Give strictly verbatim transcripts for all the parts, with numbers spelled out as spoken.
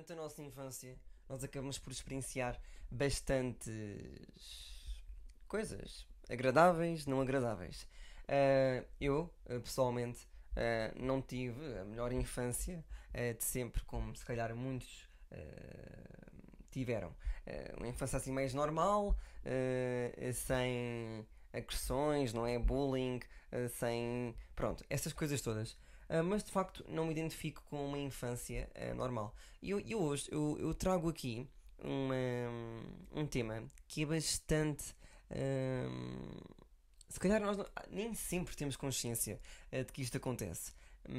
durante a nossa infância nós acabamos por experienciar bastantes coisas agradáveis, não agradáveis. Ah, eu, ah, pessoalmente, ah, não tive a melhor infância ah, de sempre, como se calhar muitos ah, tiveram. Ah, uma infância assim mais normal, ah, sem agressões, não é? Bullying, ah, sem. Pronto, essas coisas todas. Ah, mas de facto não me identifico com uma infância ah, normal. E eu, eu hoje eu, eu trago aqui uma, um tema que é bastante. hum, Se calhar nós não- ah, nem sempre temos consciência ah, de que isto acontece,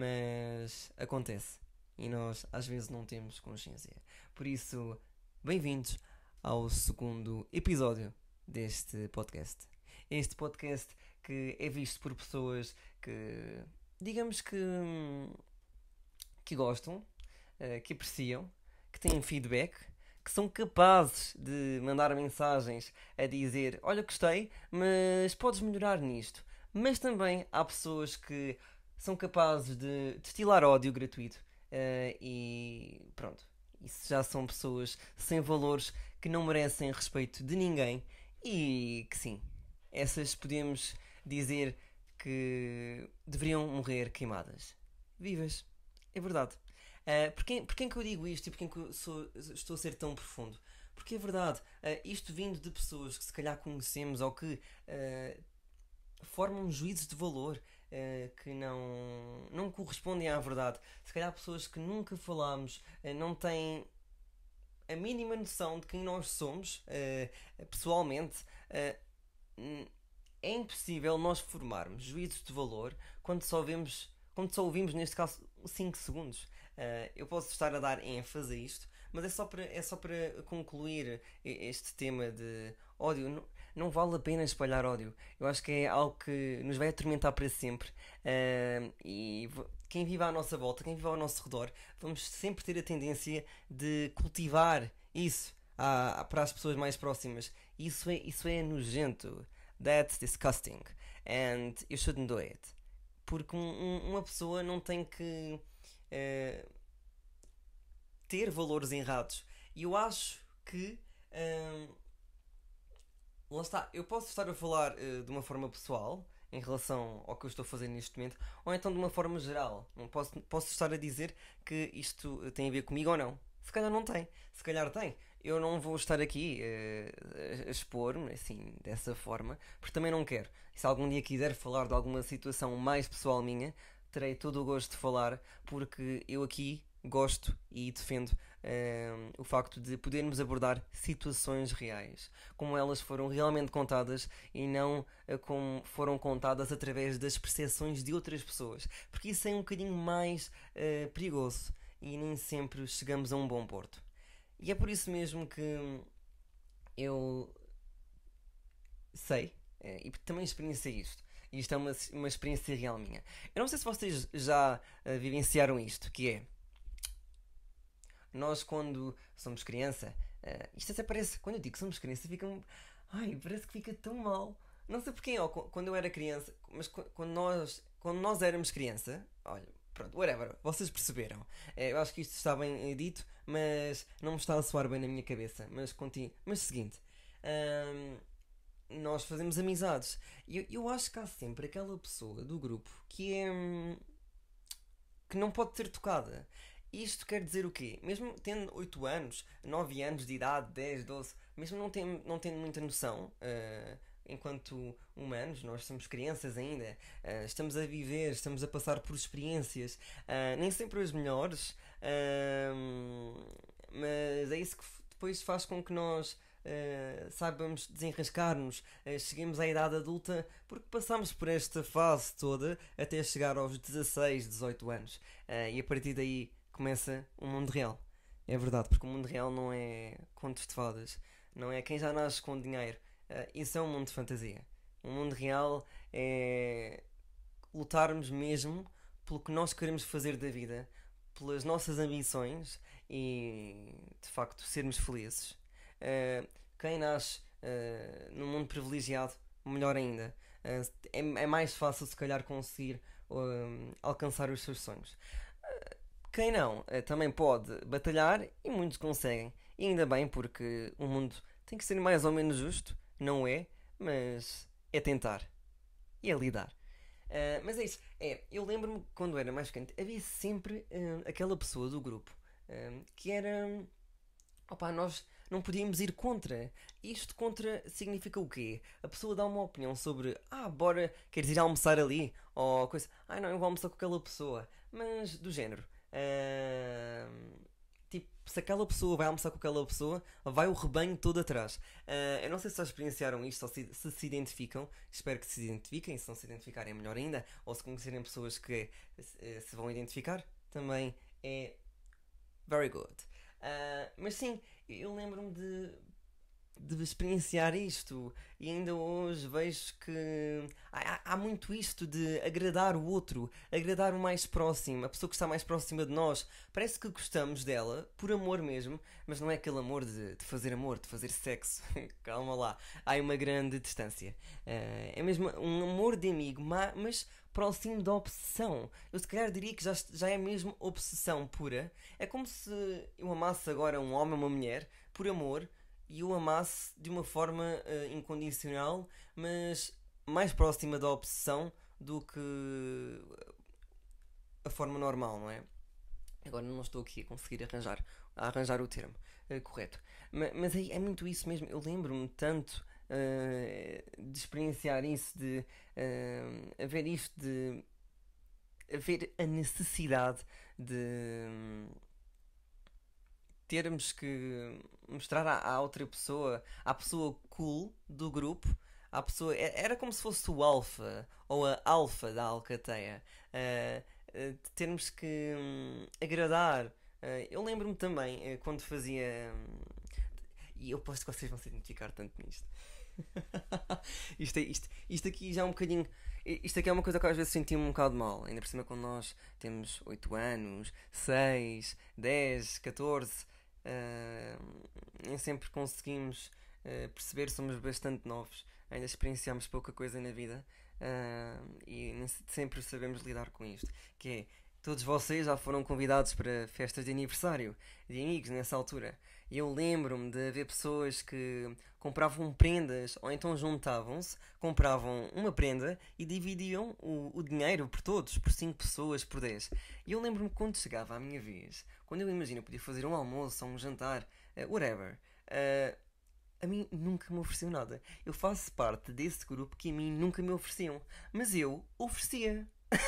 mas acontece e nós às vezes não temos consciência. Por isso, bem-vindos ao segundo episódio deste podcast. Este podcast que é visto por pessoas que, digamos que, hum, que gostam, eh, que apreciam, que têm feedback, que são capazes de mandar mensagens a dizer: Olha, gostei, mas podes melhorar nisto. Mas também há pessoas que são capazes de destilar ódio gratuito. eh, e pronto. Isso já são pessoas sem valores que não merecem respeito de ninguém e que sim, essas podemos dizer que deveriam morrer queimadas. Vivas. É verdade. Uh, porquê, porquê é que eu digo isto e porquê é que eu sou- estou a ser tão profundo? Porque é verdade, uh, isto vindo de pessoas que se calhar conhecemos ou que uh, formam juízos de valor uh, que não, não correspondem à verdade. Se calhar pessoas que nunca falámos, uh, não têm a mínima noção de quem nós somos uh, pessoalmente. Uh, é impossível nós formarmos juízos de valor quando só vemos, quando só ouvimos, neste caso, cinco segundos. Uh, eu posso estar a dar ênfase a isto, mas é só para, é só para concluir este tema de ódio. Não, não vale a pena espalhar ódio. Eu acho que é algo que nos vai atormentar para sempre. Uh, e quem vive à nossa volta, quem vive ao nosso redor, vamos sempre ter a tendência de cultivar isso à- para as pessoas mais próximas. Isso é, isso é nojento. That's disgusting. And you shouldn't do it. Porque um- um- uma pessoa não tem que eh, ter valores errados. E eu acho que. ehm, lá está. Eu posso estar a falar eh, de uma forma pessoal em relação ao que eu estou a fazer neste momento, ou então de uma forma geral. Não posso, posso estar a dizer que isto eh, tem a ver comigo ou não. Se calhar não tem. Se calhar tem. Eu não vou estar aqui eh, a expor-me assim, dessa forma, porque também não quero. E se algum dia quiser falar de alguma situação mais pessoal minha, terei todo o gosto de falar, porque eu aqui gosto e defendo eh, o facto de podermos abordar situações reais, como elas foram realmente contadas e não eh, como foram contadas através das percepções de outras pessoas, porque isso é um bocadinho mais eh, perigoso e nem sempre chegamos a um bom porto. E é por isso mesmo que eu sei eh, e também experienciei isto. E isto é uma, uma experiência real minha. Eu não sei se vocês já eh, vivenciaram isto, que é nós quando somos criança, eh, isto até parece, quando eu digo que somos criança, fica um, ai, parece que fica tão mal. Não sei porquê, ó, quando eu era criança, mas quando nós, quando nós éramos criança, olha, pronto, whatever, vocês perceberam. Eh, eu acho que isto está bem eh, dito, mas não me está a soar bem na minha cabeça. Mas continuo. Mas seguinte, hum, nós fazemos amizades. E eu, eu acho que há sempre aquela pessoa do grupo que é. hum, que não pode ser tocada. Isto quer dizer o quê? Mesmo tendo oito anos, nove anos de idade, dez, doze, mesmo não, tem, não tendo muita noção, uh, enquanto humanos, nós somos crianças ainda, uh, estamos a viver, estamos a passar por experiências, uh, nem sempre as melhores, uh, mas é isso que depois faz com que nós Uh, saibamos desenrascar-nos, uh, cheguemos à idade adulta, porque passamos por esta fase toda até chegar aos dezasseis, dezoito anos. Uh, e a partir daí começa o mundo real. É verdade, porque o mundo real não é contos de fadas, não é quem já nasce com dinheiro. Uh, isso é um mundo de fantasia. O mundo real é lutarmos mesmo pelo que nós queremos fazer da vida, pelas nossas ambições e de facto sermos felizes. Uh, quem nasce uh, num mundo privilegiado, melhor ainda. Uh, é, é mais fácil, se calhar, conseguir uh, alcançar os seus sonhos. Quem não, eh, também pode batalhar e muitos conseguem. E ainda bem, porque o mundo tem que ser mais ou menos justo, não é? Mas é tentar e é lidar. Ah, mas é isso. É, eu lembro-me quando era mais pequeno, havia sempre ah, aquela pessoa do grupo ah, que era. Opá, nós não podíamos ir contra. Isto contra significa o quê? A pessoa dá uma opinião sobre, ah, bora, queres ir almoçar ali? Ou coisa, ah, não, eu vou almoçar com aquela pessoa. Mas do género. ah, tipo, se aquela pessoa vai almoçar com aquela pessoa, vai o rebanho todo atrás. Ah, eu não sei se já experienciaram isto ou se, se se identificam. Espero que se identifiquem. Se não se identificarem, é melhor ainda. Ou se conhecerem pessoas que eh, se vão identificar, também é very good. Ah, mas sim, eu lembro-me de, de experienciar isto e ainda hoje vejo que há, há- há muito isto de agradar o outro, agradar o mais próximo, a pessoa que está mais próxima de nós. Parece que gostamos dela por amor mesmo, mas não é aquele amor de, de fazer amor, de fazer sexo. Calma lá, há uma grande distância. Ah, é mesmo um amor de amigo, ma- mas próximo da obsessão. Eu se calhar diria que já, já é mesmo obsessão pura. É como se eu amasse agora um homem ou uma mulher por amor e o amasse de uma forma eh, incondicional, mas mais próxima da obsessão do que a forma normal, não é? Agora não estou aqui a conseguir arranjar, a arranjar o termo eh, correto. Ma- Mas, é, é muito isso mesmo. Eu lembro-me tanto eh, de experienciar isso, de eh, haver isto, de haver a necessidade de termos que mostrar à, à outra pessoa, à pessoa cool do grupo, à pessoa. é- Era como se fosse o alfa ou a alfa da alcateia. ah, ah, de termos que hum, agradar. Ah, eu lembro-me também eh, quando fazia. hum, E eu aposto que vocês vão se identificar tanto nisto. isto, é- isto, isto aqui já é um bocadinho. Isto aqui é uma coisa que às vezes senti-me um bocado mal. Ainda por cima quando nós temos oito anos, seis, dez, catorze. ah, Nem sempre conseguimos ah, perceber, somos bastante novos. Ainda experienciamos pouca coisa na vida. ah, e nem se- sempre sabemos lidar com isto. Que é, todos vocês já foram convidados para festas de aniversário de amigos nessa altura. E eu lembro-me de haver pessoas que compravam prendas ou então juntavam-se, compravam uma prenda e dividiam o, o dinheiro por todos, por cinco pessoas, por dez. E eu lembro-me quando chegava a minha vez, quando eu imagino eu podia fazer um almoço ou um jantar, eh, whatever, eh, a mim nunca me ofereceu nada. Eu faço parte desse grupo que a mim nunca me ofereciam, mas eu oferecia.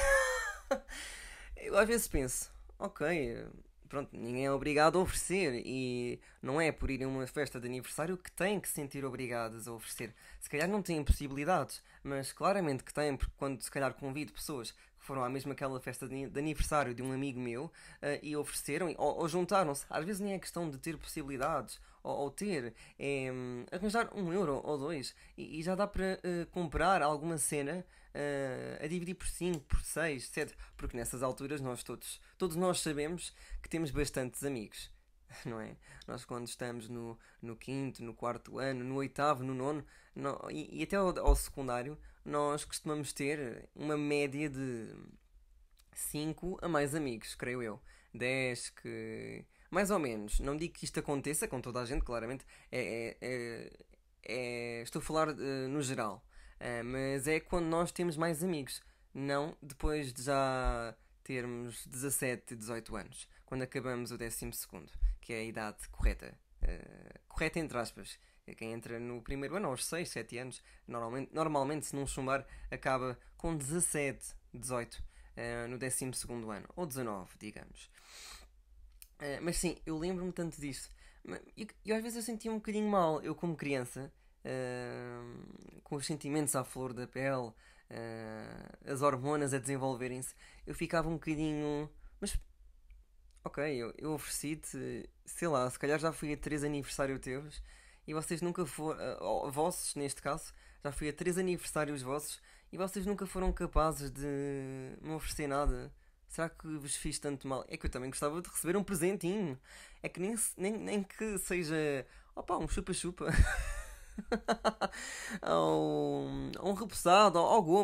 Eu às vezes penso, ok, pronto, ninguém é obrigado a oferecer e não é por ir a uma festa de aniversário que têm que se sentir obrigados a oferecer. Se calhar não têm possibilidades, mas claramente que têm, porque quando se calhar convido pessoas que foram à mesma aquela festa de de aniversário de um amigo meu eh, e ofereceram ou, ou juntaram-se, às vezes nem é questão de ter possibilidades ou, ou ter, é hum, arranjar um euro ou dois e, e já dá para eh, comprar alguma cena eh, a dividir por cinco, por seis, sete, porque nessas alturas nós todos, todos nós sabemos que temos bastantes amigos, não é? Nós quando estamos no, no quinto, no quarto ano, no oitavo, no nono no- e, e até ao, ao secundário, nós costumamos ter uma média de cinco a mais amigos, creio eu. Dez que. Mais ou menos. Não digo que isto aconteça com toda a gente, claramente. É, é- é- é- Estou a falar eh, no geral. Ah, mas é quando nós temos mais amigos. Não depois de já termos dezassete, dezoito anos. Quando acabamos o décimo segundo, que é a idade correta. Ah, correta entre aspas. Quem entra no primeiro ano, aos seis, sete anos, normalmente, normalmente se não chumbar, acaba com dezassete, dezoito eh, no décimo segundo ano, ou dezanove, digamos. Eh, mas sim, eu lembro-me tanto disso. E eu, às vezes eu sentia um bocadinho mal, eu como criança, eh, com os sentimentos à flor da pele, eh, as hormonas a desenvolverem-se, eu ficava um bocadinho. Mas, ok, eu, eu ofereci-te, sei lá, se calhar já fui a três aniversários teus e vocês nunca foram, uh, vossos neste caso, já fui a três aniversários vossos e vocês nunca foram capazes de me oferecer nada. Será que vos fiz tanto mal? É que eu também gostava de receber um presentinho. É que nem, se- nem, nem que seja, opa, um chupa-chupa ou, ou um repousado ou, ou gomas.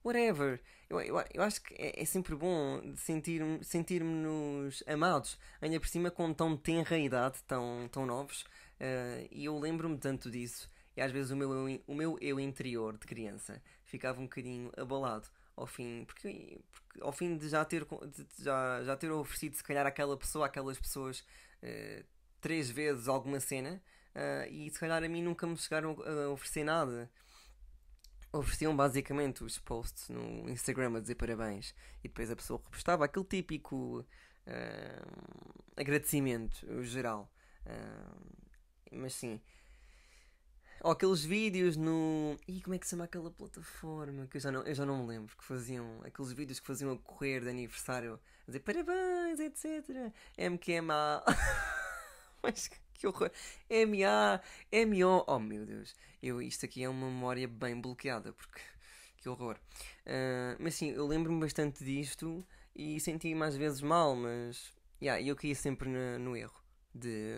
whatever. Eu, eu, eu acho que é, é sempre bom sentir, sentir-nos amados, ainda por cima com tão tenra idade, tão, tão novos. Eh, e eu lembro-me tanto disso. E às vezes o meu, eu, o meu eu interior de criança ficava um bocadinho abalado ao fim, porque, porque ao fim de já ter, de já, já ter oferecido se calhar àquela pessoa, àquelas pessoas, eh, três vezes alguma cena, eh, e se calhar a mim nunca me chegaram a oferecer nada. Ofereciam basicamente os posts no Instagram a dizer parabéns e depois a pessoa repostava aquele típico ah, agradecimento geral. Ah, mas sim, ou aqueles vídeos no. Ih, como é que se chama aquela plataforma? Que eu já não, eu já não me lembro. Que faziam. Aqueles vídeos que faziam a correr de aniversário a dizer parabéns, etcétera. M Q M A. Mas que horror. M A, M O. Oh meu Deus. Eu, isto aqui é uma memória bem bloqueada. Porque. Que horror. Ah, mas sim, eu lembro-me bastante disto e senti mais vezes mal, mas. Yeah, eu caía sempre na- no erro de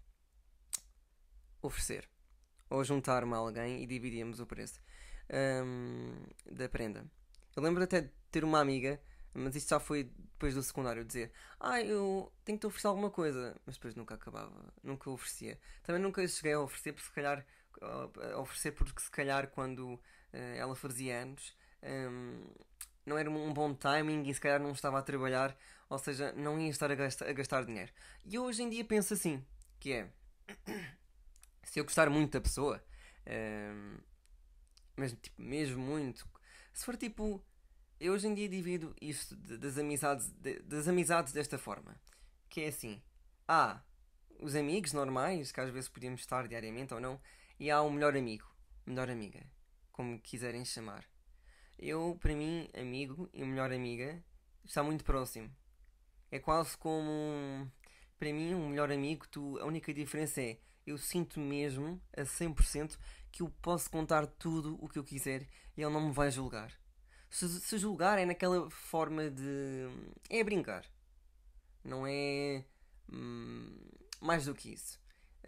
oferecer ou juntar-me a alguém e dividíamos o preço ahm, da prenda. Eu lembro até de ter uma amiga, mas isto já foi depois do secundário, dizer ah, eu tenho que te oferecer alguma coisa, mas depois nunca acabava, nunca oferecia. Também nunca cheguei a oferecer, porque se calhar, a oferecer porque se calhar quando eh, ela fazia anos ahm, não era um bom timing e se calhar não estava a trabalhar, ou seja, não ia estar a gastar, a gastar dinheiro. E eu hoje em dia penso assim, que é se eu gostar muito da pessoa, ehm, mas tipo, mesmo muito, se for tipo, eu hoje em dia divido isto de- das amizades, de- das amizades desta forma, que é assim, há os amigos normais, que às vezes podíamos estar diariamente ou não, e há um melhor amigo, melhor amiga, como quiserem chamar. Eu, para mim, amigo e melhor amiga está muito próximo. É quase como um- para mim, um melhor amigo, tu, a única diferença é eu sinto mesmo a cem por cento que eu posso contar tudo o que eu quiser e ele não me vai julgar. Se, se julgar é naquela forma de. É brincar, não é hum, mais do que isso.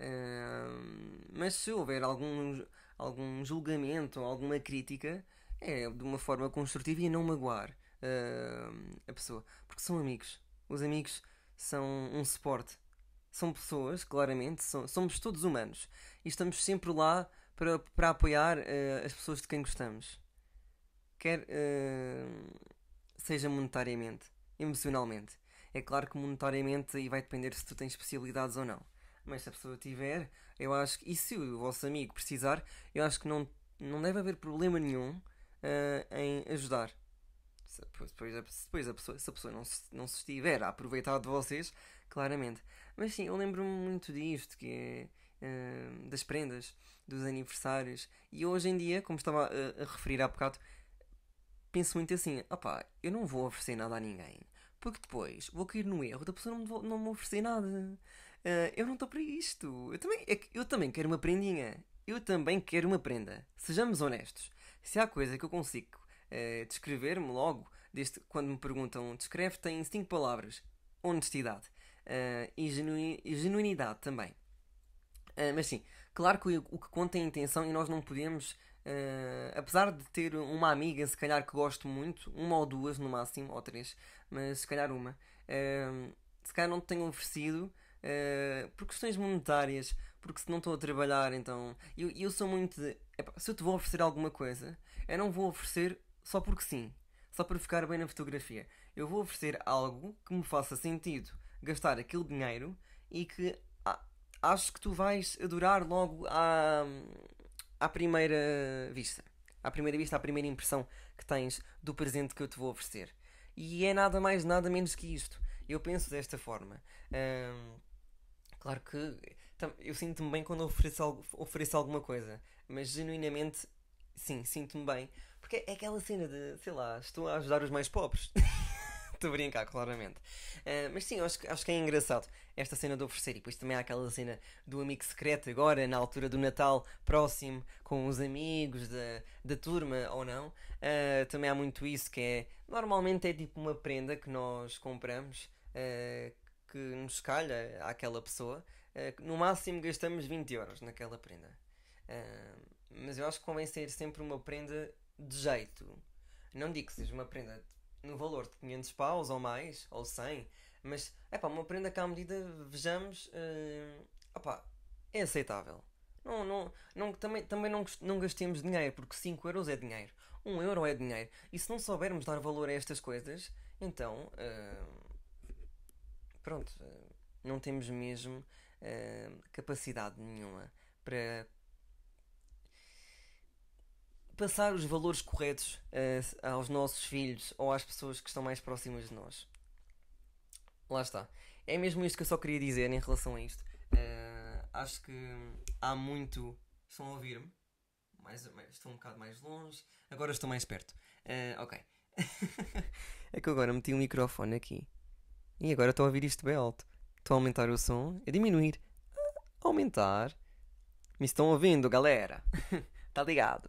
Hum, mas se houver algum, algum julgamento ou alguma crítica, é de uma forma construtiva e a não magoar hum, a pessoa. Porque são amigos. Os amigos são um suporte. São pessoas, claramente, são- somos todos humanos. E estamos sempre lá para, para apoiar eh, as pessoas de quem gostamos. Quer eh, seja monetariamente, emocionalmente. É claro que monetariamente aí vai depender se tu tens possibilidades ou não. Mas se a pessoa tiver, eu acho que. E se o vosso amigo precisar, eu acho que não, não deve haver problema nenhum eh, em ajudar. Se depois, a- depois a pessoa, se a pessoa não se, não se estiver a aproveitar de vocês, claramente. Mas sim, eu lembro-me muito disto, que é eh, das prendas, dos aniversários. E hoje em dia, como estava a, a referir há bocado, penso muito assim: opá, eu não vou oferecer nada a ninguém, porque depois vou cair no erro da pessoa não me, vo- não me oferecer nada. Ah, eu não estou para isto. Eu também, é que eu também quero uma prendinha. Eu também quero uma prenda. Sejamos honestos. Se há coisa que eu consigo eh, descrever-me logo, desde quando me perguntam, descreve-te em cinco palavras: honestidade ah, e genuí- e genuinidade também. Ah, mas sim, claro que o, o que conta é a intenção e nós não podemos, ah, apesar de ter uma amiga, se calhar que gosto muito, uma ou duas no máximo, ou três, mas se calhar uma, ah, se calhar não te tenho oferecido ah, por questões monetárias, porque se não estou a trabalhar, então. Eu, eu sou muito de. Epá, se eu te vou oferecer alguma coisa, eu não vou oferecer só porque sim, só para ficar bem na fotografia. Eu vou oferecer algo que me faça sentido gastar aquele dinheiro e que acho que tu vais adorar logo à, à primeira vista. À primeira vista, à primeira impressão que tens do presente que eu te vou oferecer. E é nada mais, nada menos que isto. Eu penso desta forma. Hum, claro que eu sinto-me bem quando ofereço, algo, ofereço alguma coisa, mas genuinamente, sim, sinto-me bem. Porque é aquela cena de, sei lá, estou a ajudar os mais pobres. Estou a brincar, claramente. Ah, mas sim, eu acho, que- acho que é engraçado esta cena de oferecer. E depois também há aquela cena do amigo secreto, agora, na altura do Natal, próximo, com os amigos da, da turma ou não. Ah, também há muito isso, que é. Normalmente é tipo uma prenda que nós compramos, ah, que nos calha àquela pessoa. Ah, que no máximo gastamos vinte euros naquela prenda. Ah, mas eu acho que convém ser sempre uma prenda de jeito. Não digo que seja uma prenda no valor de quinhentos paus ou mais, ou cem, mas é pá, uma prenda que à medida vejamos, uh, opá, é aceitável. Não, não, não, também também não, não gastemos dinheiro, porque cinco euros é dinheiro, um euro é dinheiro. E se não soubermos dar valor a estas coisas, então, uh, pronto, uh, não temos mesmo uh, capacidade nenhuma para passar os valores corretos uh, aos nossos filhos ou às pessoas que estão mais próximas de nós. Lá está. É mesmo isto que eu só queria dizer em relação a isto. Uh, acho que há muito. Estão a ouvir-me? Mais, mais, estou um bocado mais longe. Agora estou mais perto. Uh, ok. É que agora meti o um microfone aqui. E agora estou a ouvir isto bem alto. Estou a aumentar o som. A diminuir. A aumentar. Me estão ouvindo, galera? Tá ligado?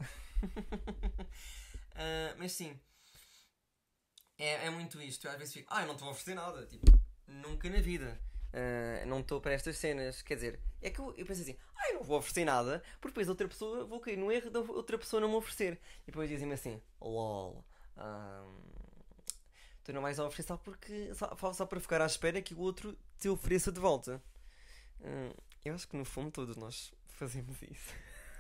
uh, mas sim. É, é muito isto. Eu às vezes fico. Ah, eu não estou a oferecer nada. Tipo, nunca na vida. Uh, não estou para estas cenas. Quer dizer, é que eu, eu penso assim, ah, eu não vou oferecer nada, porque depois outra pessoa, vou cair no erro da outra pessoa não me oferecer. E depois dizem-me assim, lol, um, tu não vais a oferecer só, porque, só, só para ficar à espera que o outro te ofereça de volta. Uh, eu acho que no fundo todos nós fazemos isso.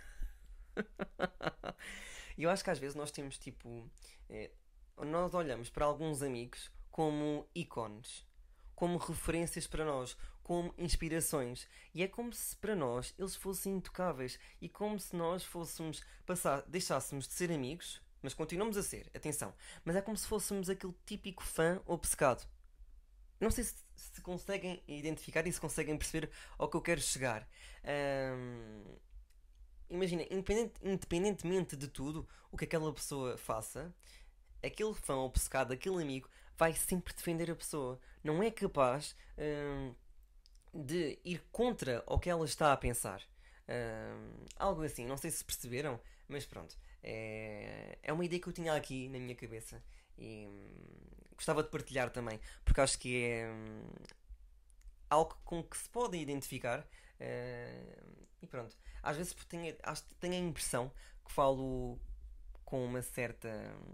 E eu acho que às vezes nós temos tipo. É, nós olhamos para alguns amigos como ícones, como referências para nós, como inspirações. E é como se para nós eles fossem intocáveis. E como se nós fôssemos passar, deixássemos de ser amigos, mas continuamos a ser, atenção. Mas é como se fôssemos aquele típico fã obcecado. Não sei se, se conseguem identificar e se conseguem perceber ao que eu quero chegar. Um, imagina, independente, independentemente de tudo o que aquela pessoa faça, aquele fã obcecado, aquele amigo, vai sempre defender a pessoa. Não é capaz hum, de ir contra o que ela está a pensar. Hum, algo assim, não sei se perceberam, mas pronto. É, é uma ideia que eu tinha aqui na minha cabeça e hum, gostava de partilhar também, porque acho que é hum, algo com que se pode identificar. Uh, e pronto, às vezes tenho, acho, tenho a impressão que falo com uma certa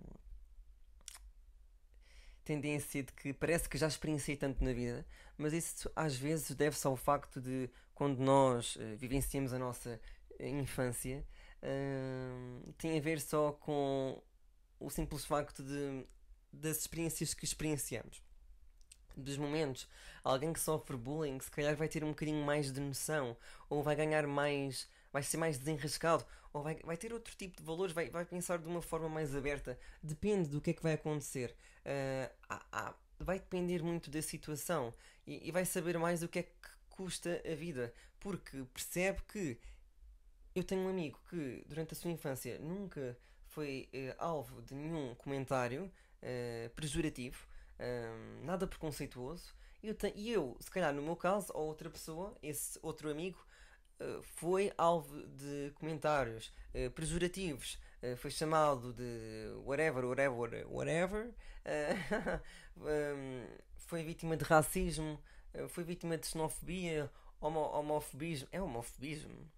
tendência de que parece que já experienciei tanto na vida, mas isso às vezes deve-se ao facto de quando nós uh, vivenciamos a nossa infância, uh, tem a ver só com o simples facto de, das experiências que experienciamos. Dos momentos, alguém que sofre bullying se calhar vai ter um bocadinho mais de noção, ou vai ganhar mais, vai ser mais desenrascado, ou vai, vai ter outro tipo de valores, vai, vai pensar de uma forma mais aberta. Depende do que é que vai acontecer. Uh, ah, ah, vai depender muito da situação e, e vai saber mais o que é que custa a vida, porque percebe que eu tenho um amigo que durante a sua infância nunca foi uh, alvo de nenhum comentário uh, pejorativo, um, nada preconceituoso. E eu, te, e eu, se calhar no meu caso, ou outra pessoa, esse outro amigo, uh, foi alvo de comentários uh, pejorativos, uh, foi chamado de whatever, whatever, whatever, uh, um, foi vítima de racismo, uh, foi vítima de xenofobia, homo, homofobismo. É homofobismo?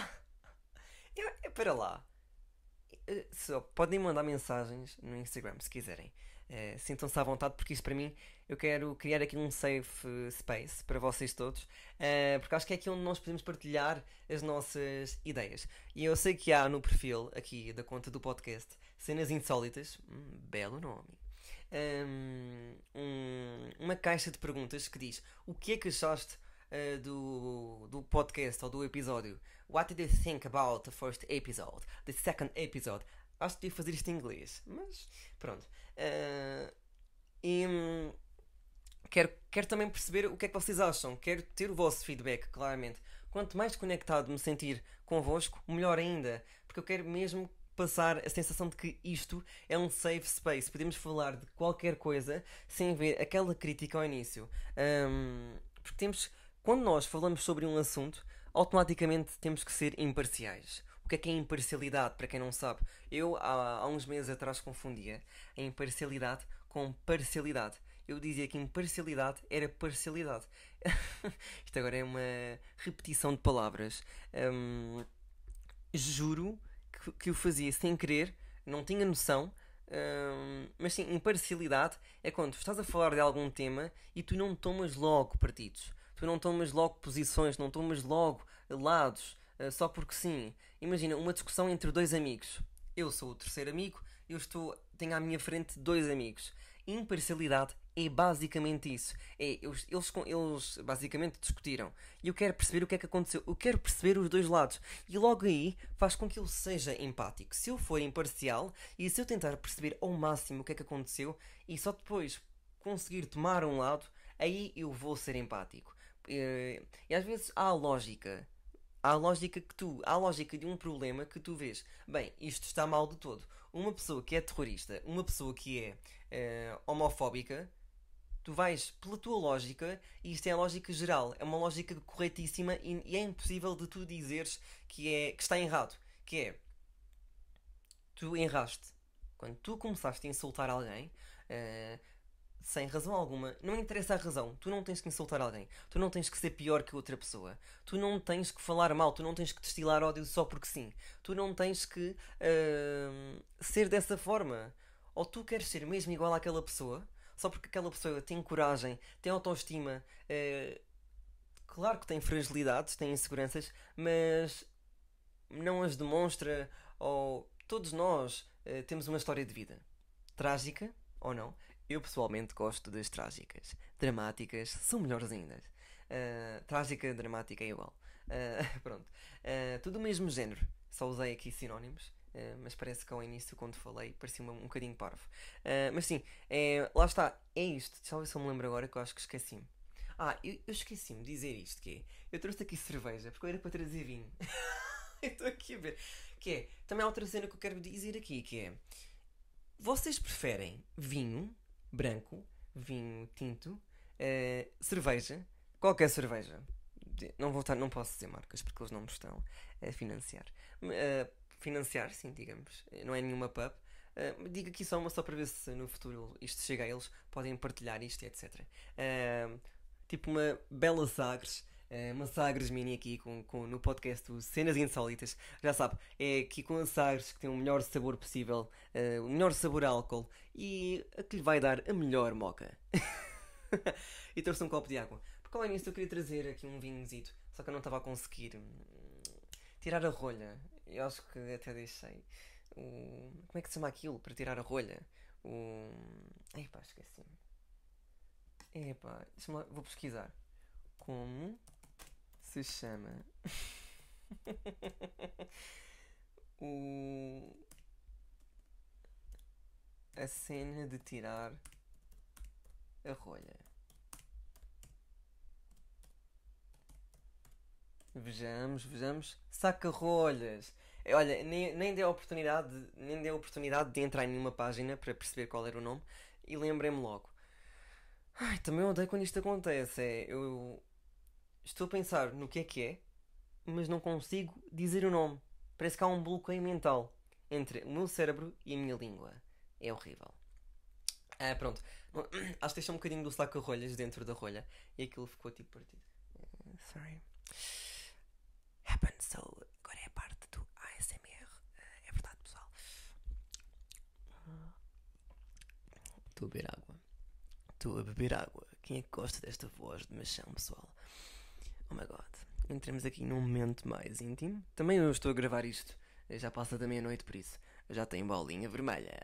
é, é para lá. Só podem mandar mensagens no Instagram se quiserem. Uh, sintam-se à vontade, porque isso para mim eu quero criar aqui um safe space para vocês todos, uh, porque acho que é aqui onde nós podemos partilhar as nossas ideias. E eu sei que há no perfil aqui da conta do podcast Cenas Insólitas, hum, belo nome, um, um, uma caixa de perguntas que diz: o que é que achaste uh, do, do podcast ou do episódio? What did you think about the first episode? The second episode? Acho que devia fazer isto em inglês, mas pronto. Uh, e hum, quero, quero também perceber o que é que vocês acham. Quero ter o vosso feedback, claramente. Quanto mais conectado me sentir convosco, melhor ainda. Porque eu quero mesmo passar a sensação de que isto é um safe space. Podemos falar de qualquer coisa sem ver aquela crítica ao início. Um, porque temos, quando nós falamos sobre um assunto, automaticamente temos que ser imparciais. O que é que é imparcialidade, para quem não sabe? Eu, há, há uns meses atrás, confundia a imparcialidade com parcialidade. Eu dizia que imparcialidade era parcialidade. Isto agora é uma repetição de palavras. Hum, juro que, que o fazia sem querer, não tinha noção, Hum, mas sim, imparcialidade é quando tu estás a falar de algum tema e tu não tomas logo partidos. Tu não tomas logo posições, não tomas logo lados, uh, só porque sim. Imagina uma discussão entre dois amigos. Eu sou o terceiro amigo, eu estou, tenho à minha frente dois amigos. Imparcialidade é basicamente isso. É, eles, eles, eles basicamente discutiram. E eu quero perceber o que é que aconteceu. Eu quero perceber os dois lados. E logo aí faz com que eu seja empático. Se eu for imparcial e se eu tentar perceber ao máximo o que é que aconteceu e só depois conseguir tomar um lado, aí eu vou ser empático. E, e às vezes há a lógica. Há a lógica que tu, há a lógica de um problema que tu vês. Bem, isto está mal de todo. Uma pessoa que é terrorista, uma pessoa que é eh, homofóbica, tu vais pela tua lógica, e isto é a lógica geral, é uma lógica corretíssima e, e é impossível de tu dizeres que, é, que está errado. Que é, tu erraste. Quando tu começaste a insultar alguém, eh, sem razão alguma, não interessa a razão, tu não tens que insultar alguém, tu não tens que ser pior que outra pessoa, tu não tens que falar mal, tu não tens que destilar ódio só porque sim, tu não tens que uh, ser dessa forma. Ou tu queres ser mesmo igual àquela pessoa, só porque aquela pessoa tem coragem, tem autoestima, uh, claro que tem fragilidades, tem inseguranças, mas não as demonstra, ou todos nós uh, temos uma história de vida trágica ou não. Eu pessoalmente gosto das trágicas. Dramáticas são melhores ainda. Uh, trágica, dramática é igual. Uh, pronto. Uh, tudo o mesmo género. Só usei aqui sinónimos. Uh, mas parece que ao início, quando falei, parecia um, um bocadinho parvo. Uh, mas sim, é, lá está. É isto. Deixa eu ver se eu me lembro agora, que eu acho que esqueci-me. Ah, eu, eu esqueci-me de dizer isto, que é... Eu trouxe aqui cerveja, porque eu era para trazer vinho. Eu estou aqui a ver. Que é... Também há outra cena que eu quero dizer aqui, que é... Vocês preferem vinho branco, vinho tinto, uh, cerveja, qualquer cerveja? Não, vou estar, não posso dizer marcas porque eles não me estão a financiar. Uh, financiar, sim, digamos. Não é nenhuma pub. Uh, digo aqui só uma só para ver se no futuro isto chega a eles, podem partilhar isto e etcétera. Uh, tipo uma bela Sagres. Uh, uma Sagres Mini aqui com, com, no podcast do Cenas Insólitas. Já sabe, é aqui com a Sagres que tem o melhor sabor possível, uh, o melhor sabor a álcool e a que lhe vai dar a melhor moca. E trouxe um copo de água. Porque ao início eu queria trazer aqui um vinhozito, só que eu não estava a conseguir hum, tirar a rolha. Eu acho que até deixei o... Como é que se chama aquilo para tirar a rolha? O... Epá, esqueci-me. Epá, deixa-me lá, vou pesquisar. Como se chama o... a cena de tirar a rolha? Vejamos, vejamos. Saca-rolhas. Olha, nem, nem dei a oportunidade, nem dei a oportunidade de entrar em nenhuma página para perceber qual era o nome e lembrei-me logo. Ai, também odeio quando isto acontece. É, eu estou a pensar no que é que é, mas não consigo dizer o nome. Parece que há um bloqueio mental entre o meu cérebro e a minha língua. É horrível. Ah, pronto. Acho que deixei um bocadinho do saca-rolhas dentro da rolha e aquilo ficou tipo partido. Uh, sorry. Happened, so agora é a parte do A S M R. Uh, é verdade, pessoal. Estou a beber água. Estou a beber água. Quem é que gosta desta voz de machão, pessoal? Oh my god. Entramos aqui num momento mais íntimo. Também eu estou a gravar isto. Já passa da meia-noite, por isso. Eu já tenho bolinha vermelha.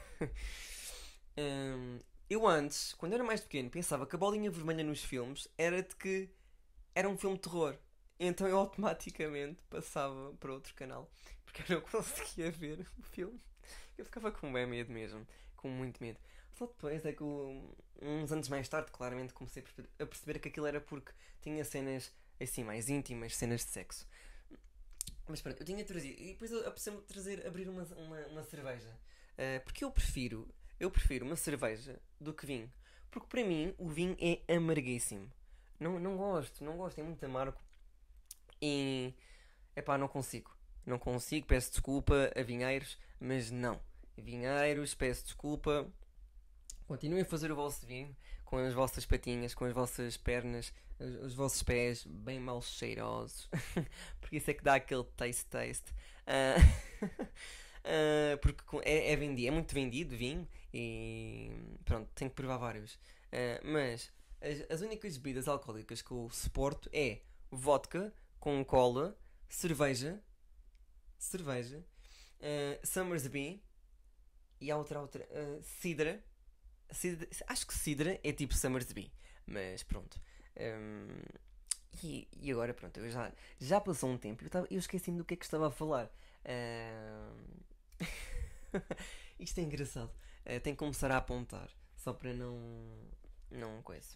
hum, eu antes, quando eu era mais pequeno, pensava que a bolinha vermelha nos filmes era de que era um filme de terror. Então eu automaticamente passava para outro canal. Porque eu não conseguia ver o filme. Eu ficava com bem medo mesmo. Com muito medo. Só depois é que eu, uns anos mais tarde, claramente comecei a perceber que aquilo era porque tinha cenas assim mais íntimas, cenas de sexo. Mas pronto, eu tinha trazido. E depois eu apeteceu-me trazer, abrir uma, uma, uma cerveja. Uh, porque eu prefiro, eu prefiro uma cerveja do que vinho. Porque para mim o vinho é amarguíssimo. Não, não gosto, não gosto, é muito amargo. E epá, não consigo. Não consigo, peço desculpa a vinheiros, mas não. Vinheiros, peço desculpa. Continuem a fazer o vosso vinho com as vossas patinhas, com as vossas pernas, os, os vossos pés bem mal cheirosos. Porque isso é que dá aquele taste taste. Uh, Uh, porque com- é, é vendido, é muito vendido vinho e pronto, tenho que provar vários. Uh, mas as, as únicas bebidas alcoólicas que eu suporto é vodka com cola, cerveja, cerveja, uh, Summersby e há outra, outra, uh, cidra. Cidra. Acho que cidra é tipo Summersby, mas pronto. Um, e, e agora pronto, eu já, já passou um tempo e eu, tava- eu esqueci-me do que é que estava a falar. Um, Isto é engraçado. Uh, tenho que começar a apontar. Só para não. Não coisa.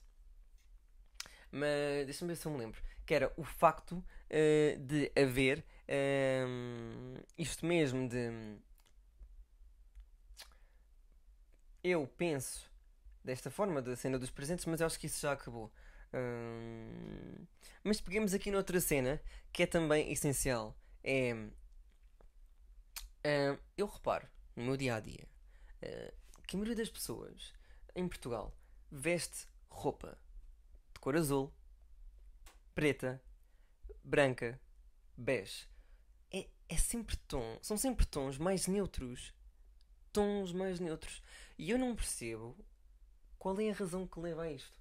Mas deixa-me ver se eu me lembro. Que era o facto uh, de haver um, isto mesmo de. Eu penso desta forma, da cena dos presentes, mas eu acho que isso já acabou. Hum, mas peguemos aqui noutra cena que é também essencial. É. hum, eu reparo no meu dia a dia que a maioria das pessoas em Portugal veste roupa de cor azul, preta, branca, bege. É, é sempre tom. São sempre tons mais neutros. Tons mais neutros. E eu não percebo qual é a razão que leva a isto.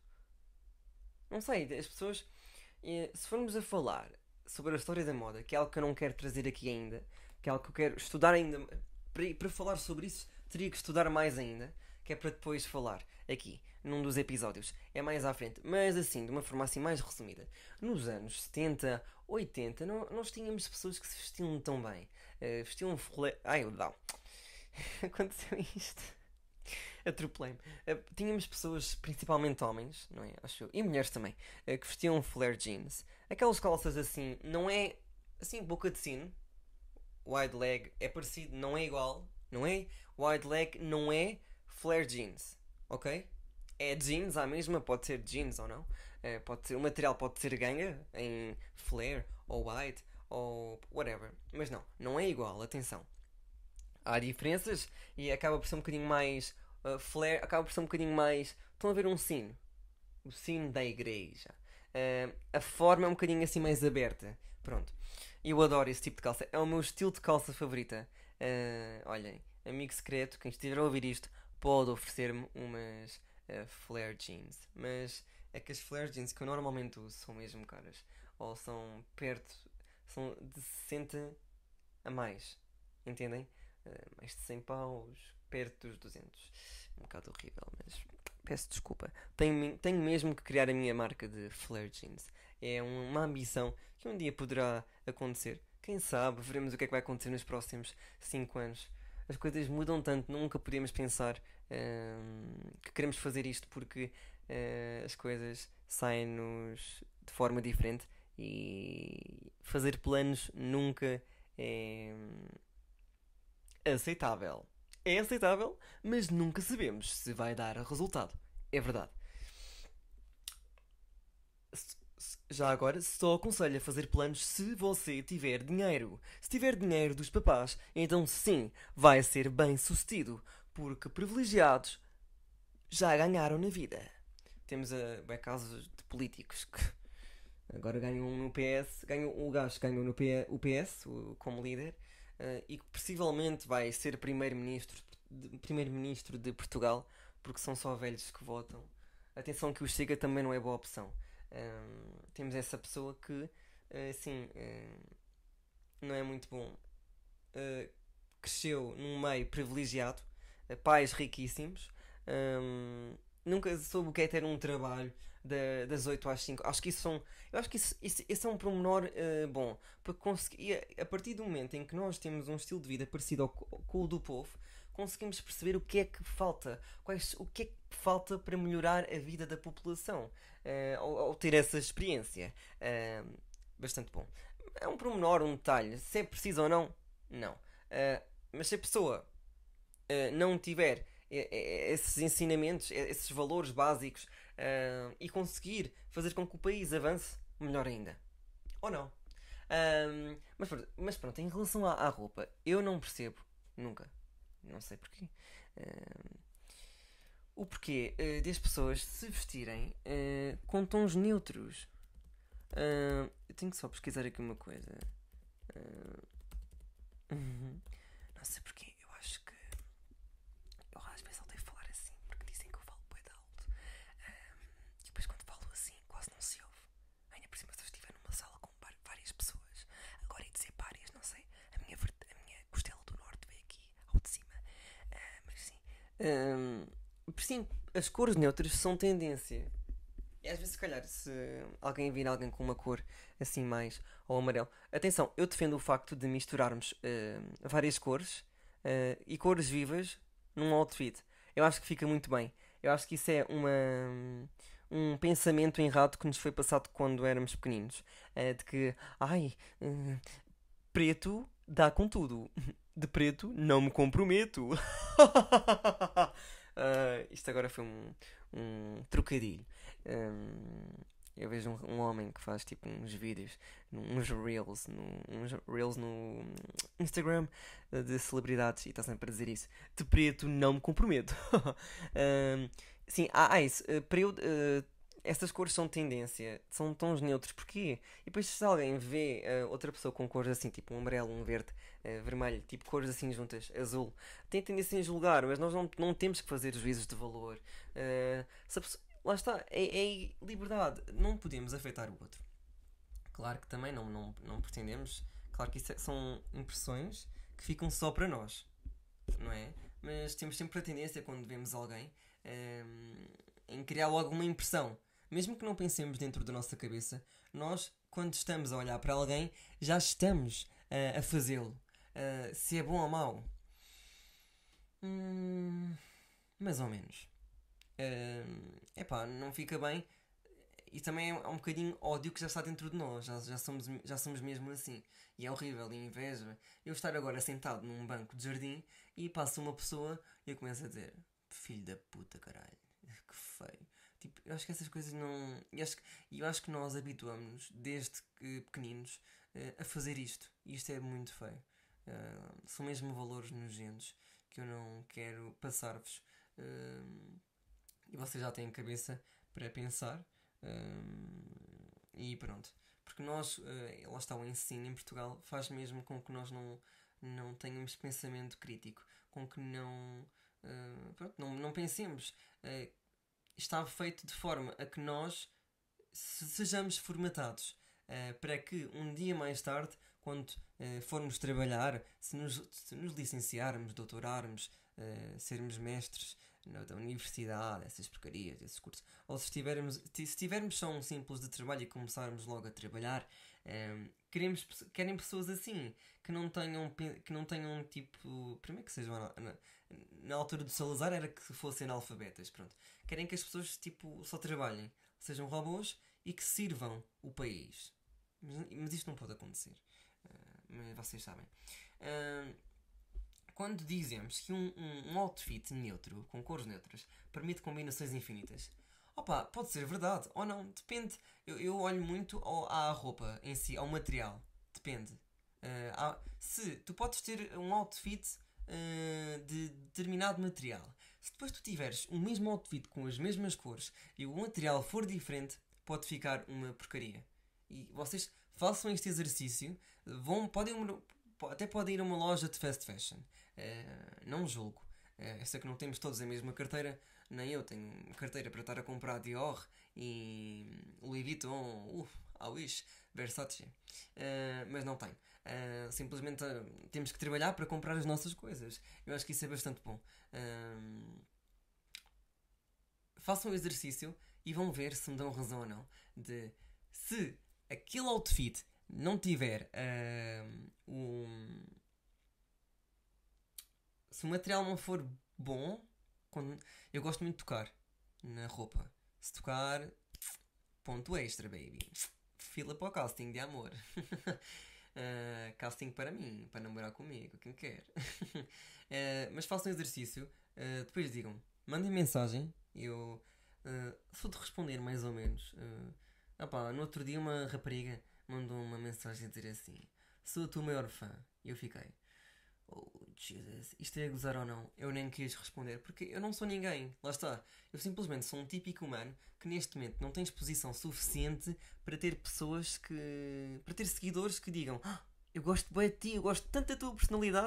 Não sei, as pessoas. eh, Se formos a falar sobre a história da moda, que é algo que eu não quero trazer aqui ainda, que é algo que eu quero estudar ainda. Para, para falar sobre isso, teria que estudar mais ainda, que é para depois falar aqui, num dos episódios. É mais à frente. Mas assim, de uma forma assim mais resumida. Nos anos setenta, oitenta, não, nós tínhamos pessoas que se vestiam tão bem. Eh, vestiam um flare. Ai, não. Aconteceu isto. Atropelei-me. Uh, tínhamos pessoas, principalmente homens, não é? Acho eu, e mulheres também, uh, que vestiam flare jeans. Aquelas calças assim, não é assim, boca de sino. Wide leg é parecido, não é igual, não é? Wide leg não é flare jeans, ok? É jeans à mesma, pode ser jeans ou não. Uh, pode ser, o material pode ser ganga em flare ou wide ou whatever. Mas não, não é igual, atenção. Há diferenças e acaba por ser um bocadinho mais uh, flare, acaba por ser um bocadinho mais. Estão a ver um sino? O sino da igreja. Uh, a forma é um bocadinho assim mais aberta. Pronto. Eu adoro esse tipo de calça. É o meu estilo de calça favorita. Uh, olhem, amigo secreto, quem estiver a ouvir isto pode oferecer-me umas uh, flare jeans. Mas é que as flare jeans que eu normalmente uso são mesmo caras. Ou são perto. São de sessenta a mais. Entendem? Uh, mais de cem paus, perto dos duzentos. Um bocado horrível, mas peço desculpa. Tenho, tenho mesmo que criar a minha marca de flare jeans. É uma ambição que um dia poderá acontecer. Quem sabe, veremos o que é que vai acontecer nos próximos cinco anos. As coisas mudam tanto, nunca podemos pensar hum, que queremos fazer isto porque uh, as coisas saem-nos de forma diferente e fazer planos nunca é aceitável. É aceitável, mas nunca sabemos se vai dar resultado. É verdade. Já agora, só aconselho a fazer planos se você tiver dinheiro. Se tiver dinheiro dos papás, então sim, vai ser bem sucedido. Porque privilegiados já ganharam na vida. Temos uh, bem, casos de políticos que agora ganham no P S, ganham, o gajo ganhou no P, o P S o, como líder uh, e que possivelmente vai ser primeiro-ministro de, primeiro-ministro de Portugal porque são só velhos que votam. Atenção que o Chega também não é boa opção. Um, temos essa pessoa que, uh, assim, uh, não é muito bom. Uh, cresceu num meio privilegiado, uh, pais riquíssimos, um, nunca soube o que é ter um trabalho da, das oito às cinco. Acho que isso são. Eu acho que isso, isso, isso é um pormenor uh, bom. Porque consegui, a partir do momento em que nós temos um estilo de vida parecido ao, com o do povo, conseguimos perceber o que é que falta, quais, o que é que falta para melhorar a vida da população uh, ao, ao, ter essa experiência. Uh, bastante bom. É um pormenor, um detalhe. Se é preciso ou não, não. Uh, mas se a pessoa uh, não tiver esses ensinamentos, esses valores básicos uh, e conseguir fazer com que o país avance, melhor ainda. Ou não. Um, mas, mas pronto, em relação à, à roupa, eu não percebo, nunca, não sei porquê, um, o porquê uh, das pessoas se vestirem uh, com tons neutros. Uh, eu tenho que só pesquisar aqui uma coisa. Uh, não sei porquê, eu acho que eu às vezes odeio falar assim, porque dizem que eu falo bué de alto. Ahm, e depois quando falo assim quase não se ouve. Ainda por cima se eu estiver numa sala com várias pessoas. Agora ia dizer várias, não sei. A minha, a minha costela do norte veio aqui ao de cima. Ah, mas sim. Ahm, por sim, as cores neutras são tendência. E às vezes, se calhar, se alguém vir alguém com uma cor assim mais ou amarelo. Atenção, eu defendo o facto de misturarmos eh, várias cores eh, e cores vivas num outfit. Eu acho que fica muito bem. Eu acho que isso é uma, um pensamento errado que nos foi passado quando éramos pequeninos. Eh, de que, ai, eh, preto dá com tudo. De preto não me comprometo. Ah, isto agora foi um, um trocadilho. Um, eu vejo um, um homem que faz tipo uns vídeos, uns reels, no, uns reels no Instagram eh, de celebridades e está sempre a dizer isso. De preto não me comprometo. Um, sim, há, há isso. Eh, para eu, eh, estas cores são tendência, são tons neutros. Porquê? E depois se alguém vê eh, outra pessoa com cores assim, tipo um amarelo, um verde, eh, vermelho, tipo cores assim juntas, azul, tem tendência a julgar, mas nós não, não temos que fazer juízos de valor. Eh, se a pessoa- lá está, é, é liberdade, não podemos afetar o outro. Claro que também não, não, não pretendemos, claro que isso é- são impressões que ficam só para nós, não é? Mas temos sempre a tendência, quando vemos alguém, ehm, em criar logo uma impressão. Mesmo que não pensemos dentro da nossa cabeça, nós, quando estamos a olhar para alguém, já estamos eh, a fazê-lo. Eh, se é bom ou mau? Hum, mais ou menos. É epá, não fica bem. E também é um bocadinho ódio que já está dentro de nós, já, já, somos, já somos mesmo assim. E é horrível, e inveja. Eu estar agora sentado num banco de jardim e passa uma pessoa e eu começo a dizer: filho da puta, caralho, que feio. Tipo, eu acho que essas coisas não. E acho, que- e eu acho que nós habituamos-nos, desde que pequeninos, eh, a fazer isto. E isto é muito feio. Ah, são mesmo valores nojentos que eu não quero passar-vos. Ah, e vocês já têm cabeça para pensar. hum, e pronto. Porque nós, eh, lá está o ensino em Portugal, faz mesmo com que nós não, não tenhamos pensamento crítico, com que não, eh, pronto, não, não pensemos. Eh, está feito de forma a que nós se- sejamos formatados eh, para que um dia mais tarde, quando eh, formos trabalhar, se nos, se nos licenciarmos, doutorarmos, eh, sermos mestres na, da universidade, essas porcarias, esses cursos, ou se tivermos, se tivermos só um simples de trabalho e começarmos logo a trabalhar, eh, queremos, querem pessoas assim, que não tenham, pe- que não tenham tipo, primeiro que sejam na, na, na altura do Salazar era que fossem analfabetas, pronto. Querem que as pessoas tipo só trabalhem, sejam robôs e que sirvam o país. Mas, mas isto não pode acontecer. Uh, mas vocês sabem. Uh, quando dizemos que um, um, um outfit neutro, com cores neutras, permite combinações infinitas, opa, pode ser verdade ou não, depende. Eu, eu olho muito ao, à roupa em si, ao material. Depende. Uh, há- se tu podes ter um outfit uh, de determinado material, se depois tu tiveres o mesmo outfit com as mesmas cores e o material for diferente, pode ficar uma porcaria. E vocês façam este exercício, vão, podem, até podem ir a uma loja de fast fashion. Uh, não julgo. Uh, eu sei que não temos todos a mesma carteira, nem eu tenho carteira para estar a comprar Dior e Louis Vuitton, uh, a Wish, Versace, uh, mas não tenho. Uh, simplesmente uh, temos que trabalhar para comprar as nossas coisas. Eu acho que isso é bastante bom. Uh, façam o exercício e vão ver se me dão razão ou não. De se aquele outfit não tiver uh, um, se o material não for bom, quando, eu gosto muito de tocar na roupa. Se tocar, ponto extra, baby. Fila para o casting de amor. uh, casting para mim, para namorar comigo, quem quer. uh, mas façam o exercício, uh, depois digam, mandem mensagem, eu uh, sou de responder mais ou menos. Uh, opá, no outro dia uma rapariga mandou uma mensagem a dizer assim: sou a tua maior fã. E eu fiquei: oh, Jesus, isto é a gozar ou não? Eu nem quis responder, porque eu não sou ninguém, lá está. Eu simplesmente sou um típico humano que neste momento não tem exposição suficiente para ter pessoas que. para ter seguidores que digam: ah, eu gosto bem de ti, eu gosto tanto da tua personalidade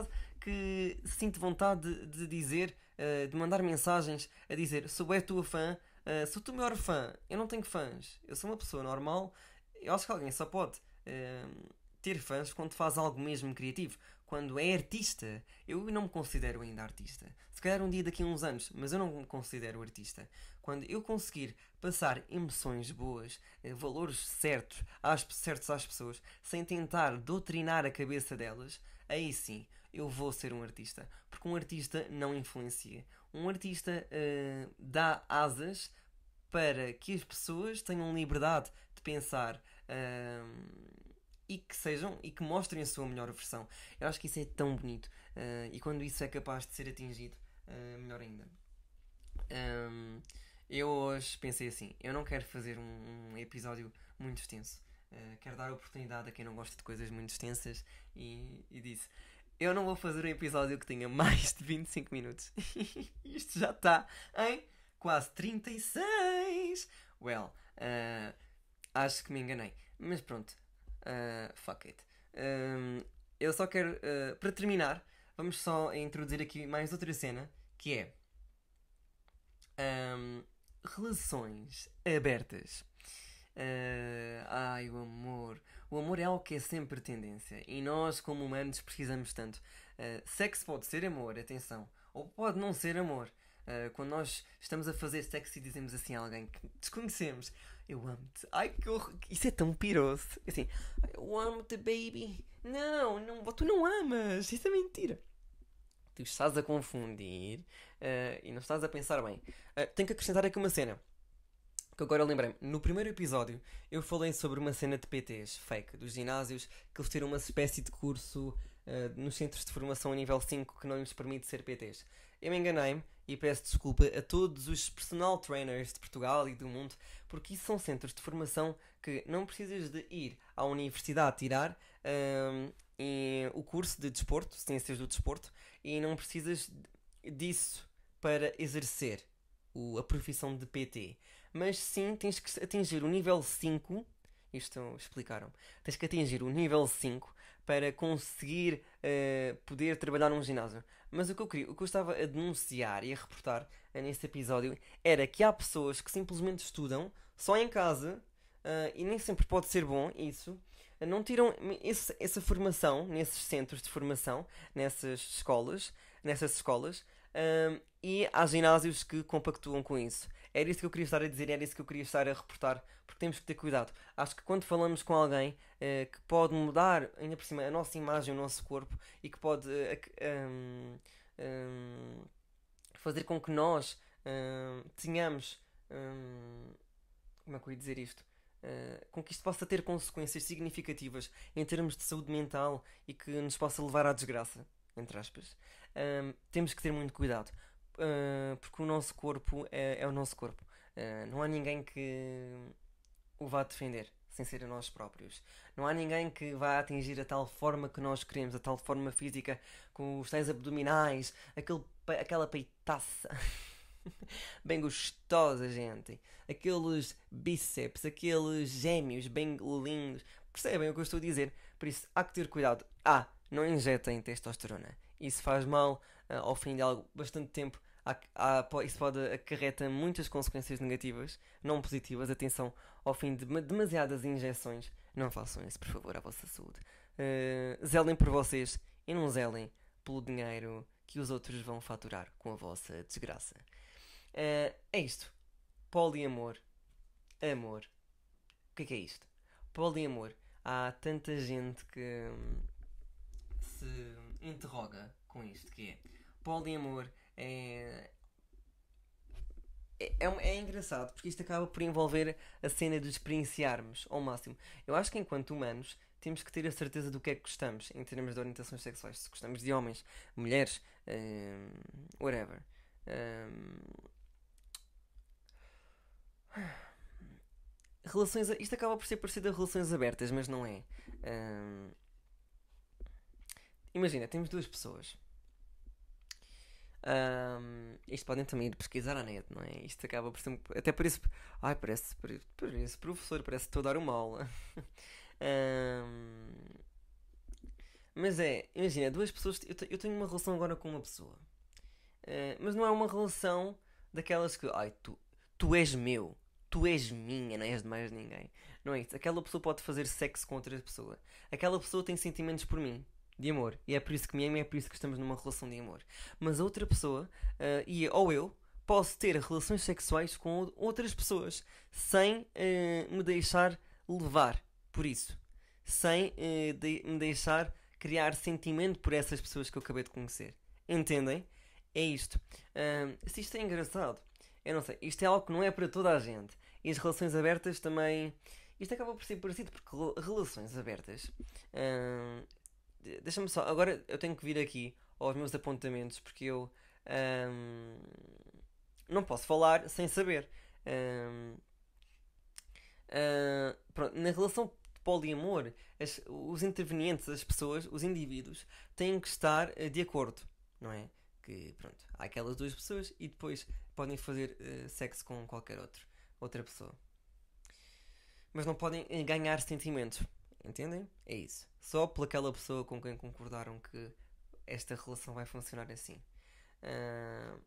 que sinto vontade de, de dizer, uh, de mandar mensagens a dizer: sou é tua fã, uh, sou tu o maior fã. Eu não tenho fãs, eu sou uma pessoa normal. Eu acho que alguém só pode uh, ter fãs quando faz algo mesmo criativo, quando é artista. Eu não me considero ainda artista. Se calhar um dia daqui a uns anos, mas eu não me considero artista. Quando eu conseguir passar emoções boas, valores certos às, certos às pessoas, sem tentar doutrinar a cabeça delas, aí sim eu vou ser um artista. Porque um artista não influencia. Um artista uh, dá asas para que as pessoas tenham liberdade de pensar uh, e que sejam e que mostrem a sua melhor versão. Eu acho que isso é tão bonito. Uh, e quando isso é capaz de ser atingido, uh, melhor ainda. Um, eu hoje pensei assim: eu não quero fazer um, um episódio muito extenso. Uh, quero dar oportunidade a quem não gosta de coisas muito extensas. E, e disse: eu não vou fazer um episódio que tenha mais de vinte e cinco minutos. Isto já está em quase trinta e seis. Well, uh, acho que me enganei. Mas pronto, uh, fuck it. Um, eu só quero, uh, para terminar, vamos só introduzir aqui mais outra cena, que é um, relações abertas. Uh, ai, o amor. O amor é algo que é sempre tendência. E nós, como humanos, precisamos tanto. Uh, sexo pode ser amor, atenção. Ou pode não ser amor. Uh, quando nós estamos a fazer sexo e dizemos assim a alguém que desconhecemos: eu amo-te. Ai, que horror. Isso é tão piroso. Assim: eu amo-te, baby. Não, não, tu não amas. Isso é mentira. Tu estás a confundir uh, e não estás a pensar bem. Uh, tenho que acrescentar aqui uma cena que agora lembrei-me. No primeiro episódio eu falei sobre uma cena de P Ts fake dos ginásios, que eles tiram uma espécie de curso uh, nos centros de formação a nível cinco que não lhes permite ser P Ts. Eu me enganei-me e peço desculpa a todos os personal trainers de Portugal e do mundo, porque isso são centros de formação que não precisas de ir à universidade tirar uh, e, o curso de desporto, ciências do desporto, e não precisas disso para exercer o, a profissão de P T. Mas sim, tens que atingir o nível cinco. Isto explicaram. Tens que atingir o nível cinco para conseguir uh, poder trabalhar num ginásio. Mas o que eu queria, o que eu estava a denunciar e a reportar uh, nesse episódio era que há pessoas que simplesmente estudam só em casa, uh, e nem sempre pode ser bom isso. Uh, não tiram esse, essa formação nesses centros de formação, nessas escolas, nessas escolas, uh, e há ginásios que compactuam com isso. Era isso que eu queria estar a dizer, era isso que eu queria estar a reportar, porque temos que ter cuidado. Acho que quando falamos com alguém uh, que pode mudar, ainda por cima, a nossa imagem, o nosso corpo, e que pode uh, um, um, fazer com que nós um, tenhamos, um, como é que eu ia dizer isto? Uh, com que isto possa ter consequências significativas em termos de saúde mental e que nos possa levar à desgraça, entre aspas, um, temos que ter muito cuidado. Uh, porque o nosso corpo é, é o nosso corpo. Uh, não há ninguém que o vá defender sem ser a nós próprios. Não há ninguém que vá atingir a tal forma que nós queremos, a tal forma física, com os tais abdominais, aquele, aquela peitaça bem gostosa, gente. Aqueles bíceps, aqueles gêmeos bem lindos. Percebem o que eu estou a dizer? Por isso, há que ter cuidado. Ah, não injetem testosterona. Isso faz mal uh, ao fim de algo bastante tempo. Há, há, isso pode acarreta muitas consequências negativas, não positivas. Atenção, ao fim de demasiadas injeções, não façam isso, por favor, à vossa saúde. Uh, zelem por vocês e não zelem pelo dinheiro que os outros vão faturar com a vossa desgraça. Uh, é isto. Poliamor. Amor. O que é que é isto? Poliamor. Há tanta gente que hum, se interroga com isto, que é poliamor. É, é, é, é engraçado porque isto acaba por envolver a cena de experienciarmos ao máximo. Eu acho que enquanto humanos temos que ter a certeza do que é que gostamos em termos de orientações sexuais. Se gostamos de homens, mulheres, um, whatever. Um, relações, isto acaba por ser parecido a relações abertas, mas não é. Um, imagina, temos duas pessoas. Um, isto podem também ir pesquisar à net, não é? Isto acaba por ser. Até parece. Ai, parece. Parece professor, parece que estou a dar uma aula. um, Mas é, imagina, duas pessoas. Eu, te- eu tenho uma relação agora com uma pessoa. Eh, mas não é uma relação daquelas que. Ai, tu, tu és meu. Tu és minha, não és de mais ninguém. Não é isso. Aquela pessoa pode fazer sexo com outra pessoa. Aquela pessoa tem sentimentos por mim. De amor. E é por isso que me ama e é por isso que estamos numa relação de amor. Mas a outra pessoa, eh, e, ou eu, posso ter relações sexuais com ou- outras pessoas. Sem eh, me deixar levar por isso. Sem eh, de- me deixar criar sentimento por essas pessoas que eu acabei de conhecer. Entendem? É isto. Ahm, se isto é engraçado, eu não sei. Isto é algo que não é para toda a gente. E as relações abertas também. Isto acaba por ser parecido porque rela- relações abertas. ahm, de- Deixa-me só. Agora eu tenho que vir aqui aos meus apontamentos porque eu ahm, não posso falar sem saber. Ahm, ah, pronto, na relação de poliamor, as- os intervenientes, as pessoas, os indivíduos, têm que estar eh, de acordo, não é? Que pronto, há aquelas duas pessoas e depois podem fazer eh, sexo com qualquer outro, outra pessoa. Mas não podem eh, ganhar sentimentos, entendem? É isso. Só pelaquela pessoa com quem concordaram que esta relação vai funcionar assim. Ah,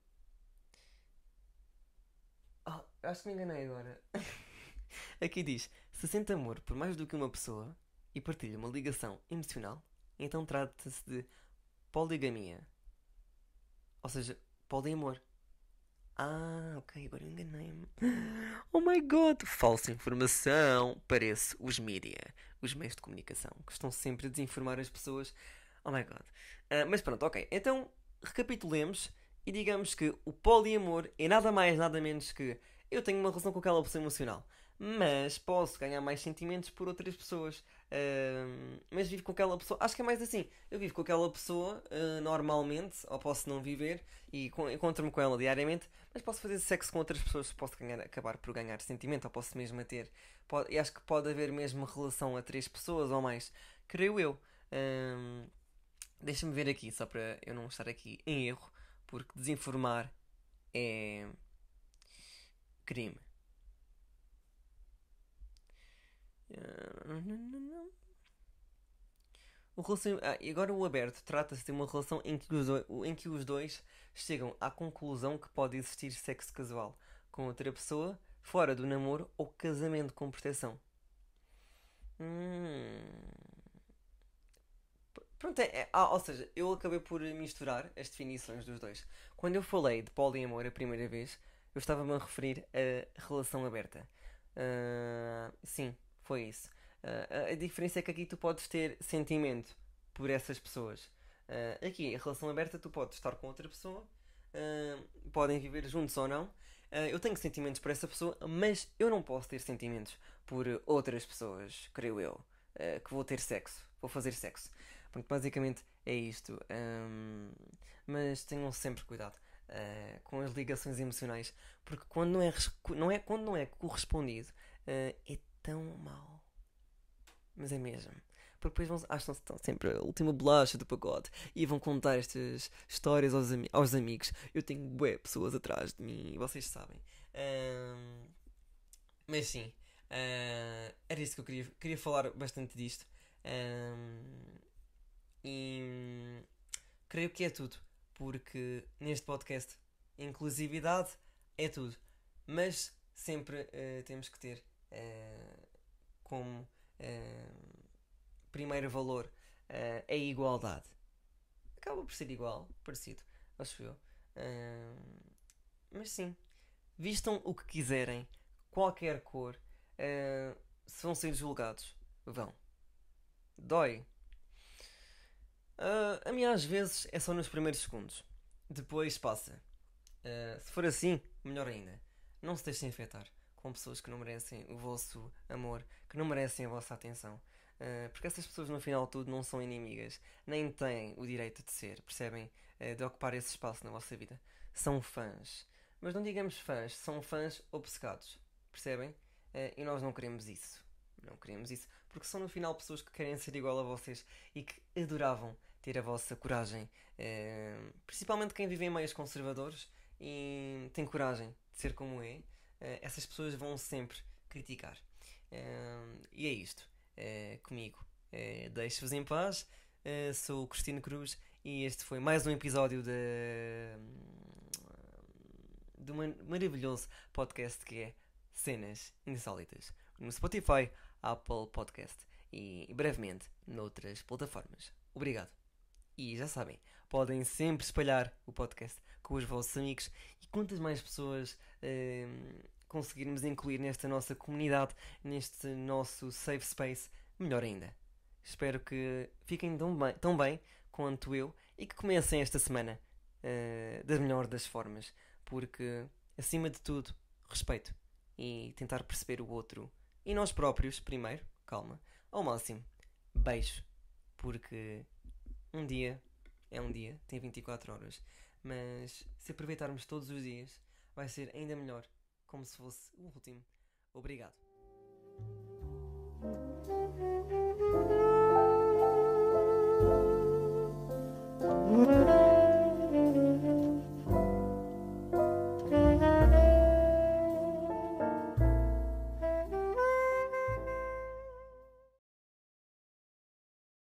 oh, acho que me enganei agora. Aqui diz: se sente amor por mais do que uma pessoa e partilha uma ligação emocional, então trata-se de poligamia. Ou seja, poliamor. Ah, ok, agora eu enganei-me. Oh my god, falsa informação. Parece os mídia, os meios de comunicação, que estão sempre a desinformar as pessoas. Oh my god. Ah, mas pronto, ok. Então, recapitulemos e digamos que o poliamor é nada mais, nada menos que eu tenho uma relação com aquela pessoa emocional, mas posso ganhar mais sentimentos por outras pessoas. Ah, mas vivo com aquela pessoa. Acho que é mais assim. Eu vivo com aquela pessoa ah, normalmente, ou posso não viver e co- encontro-me com ela diariamente, mas posso fazer sexo com outras pessoas, posso ganhar, acabar por ganhar sentimento, ou posso mesmo a ter. Pode, e acho que pode haver mesmo relação a três pessoas ou mais, creio eu. Ahm, Deixa-me ver aqui, só para eu não estar aqui em erro, porque desinformar é crime. Ah, O relacion... ah, e agora o aberto trata-se de uma relação em que, os dois, em que os dois chegam à conclusão que pode existir sexo casual com outra pessoa fora do namoro ou casamento com proteção. Hum. Pronto, é, é- ah, ou seja, eu acabei por misturar as definições dos dois. Quando eu falei de poliamor a primeira vez, eu estava-me a referir a relação aberta. Ah, sim, foi isso. Ah, a a diferença é que aqui tu podes ter sentimento por essas pessoas. Ah, aqui, a relação aberta, tu podes estar com outra pessoa, ah, podem viver juntos ou não. Ah, eu tenho sentimentos por essa pessoa, mas eu não posso ter sentimentos por outras pessoas, creio eu. Ah, que vou ter sexo, vou fazer sexo. Pronto, basicamente é isto. Ahm, mas tenham sempre cuidado ah, com as ligações emocionais, porque quando não é, res- não é, quando não é correspondido, ah, é tão mau. Mas é mesmo. Porque depois vão, acham que estão sempre a última bolacha do pacote e vão contar estas histórias aos, ami- aos amigos. Eu tenho bué pessoas atrás de mim e vocês sabem. Ahm, mas sim, ah, era isso que eu queria, queria falar bastante disto. Ahm, e creio que é tudo, porque neste podcast inclusividade é tudo, mas sempre eh, temos que ter eh, como eh, primeiro valor eh, a igualdade. Acaba por ser igual, parecido, acho eu. Eh, mas sim, vistam o que quiserem, qualquer cor, eh, se vão ser julgados, vão. Dói. Ah, a mim às vezes é só nos primeiros segundos. Depois passa. Ah, se for assim, melhor ainda. Não se deixem afetar com pessoas que não merecem o vosso amor, que não merecem a vossa atenção. Ah, porque essas pessoas no final de tudo não são inimigas, nem têm o direito de ser, percebem? Ah, de ocupar esse espaço na vossa vida. São fãs. Mas não digamos fãs, são fãs obcecados, percebem? Ah, e nós não queremos isso. Não queremos isso. Porque são no final pessoas que querem ser igual a vocês e que adoravam ter a vossa coragem. Eh, principalmente quem vive em meios conservadores e tem coragem de ser como é, eh, essas pessoas vão sempre criticar. Eh, e é isto. Eh, comigo. Eh, deixo-vos em paz. Uh, sou o Cristina Cruz e este foi mais um episódio de, de um maravilhoso podcast que é Cenas Insólitas no Spotify, Apple Podcast e brevemente noutras plataformas. Obrigado. E já sabem, podem sempre espalhar o podcast com os vossos amigos e quantas mais pessoas uh, conseguirmos incluir nesta nossa comunidade, neste nosso safe space, melhor ainda. Espero que fiquem tão bem, tão bem quanto eu e que comecem esta semana uh, da melhor das formas, porque, acima de tudo, respeito e tentar perceber o outro e nós próprios, primeiro, calma, ao máximo. Beijo, porque um dia é um dia, tem vinte e quatro horas, mas se aproveitarmos todos os dias, vai ser ainda melhor, como se fosse o último. Obrigado. Thank you.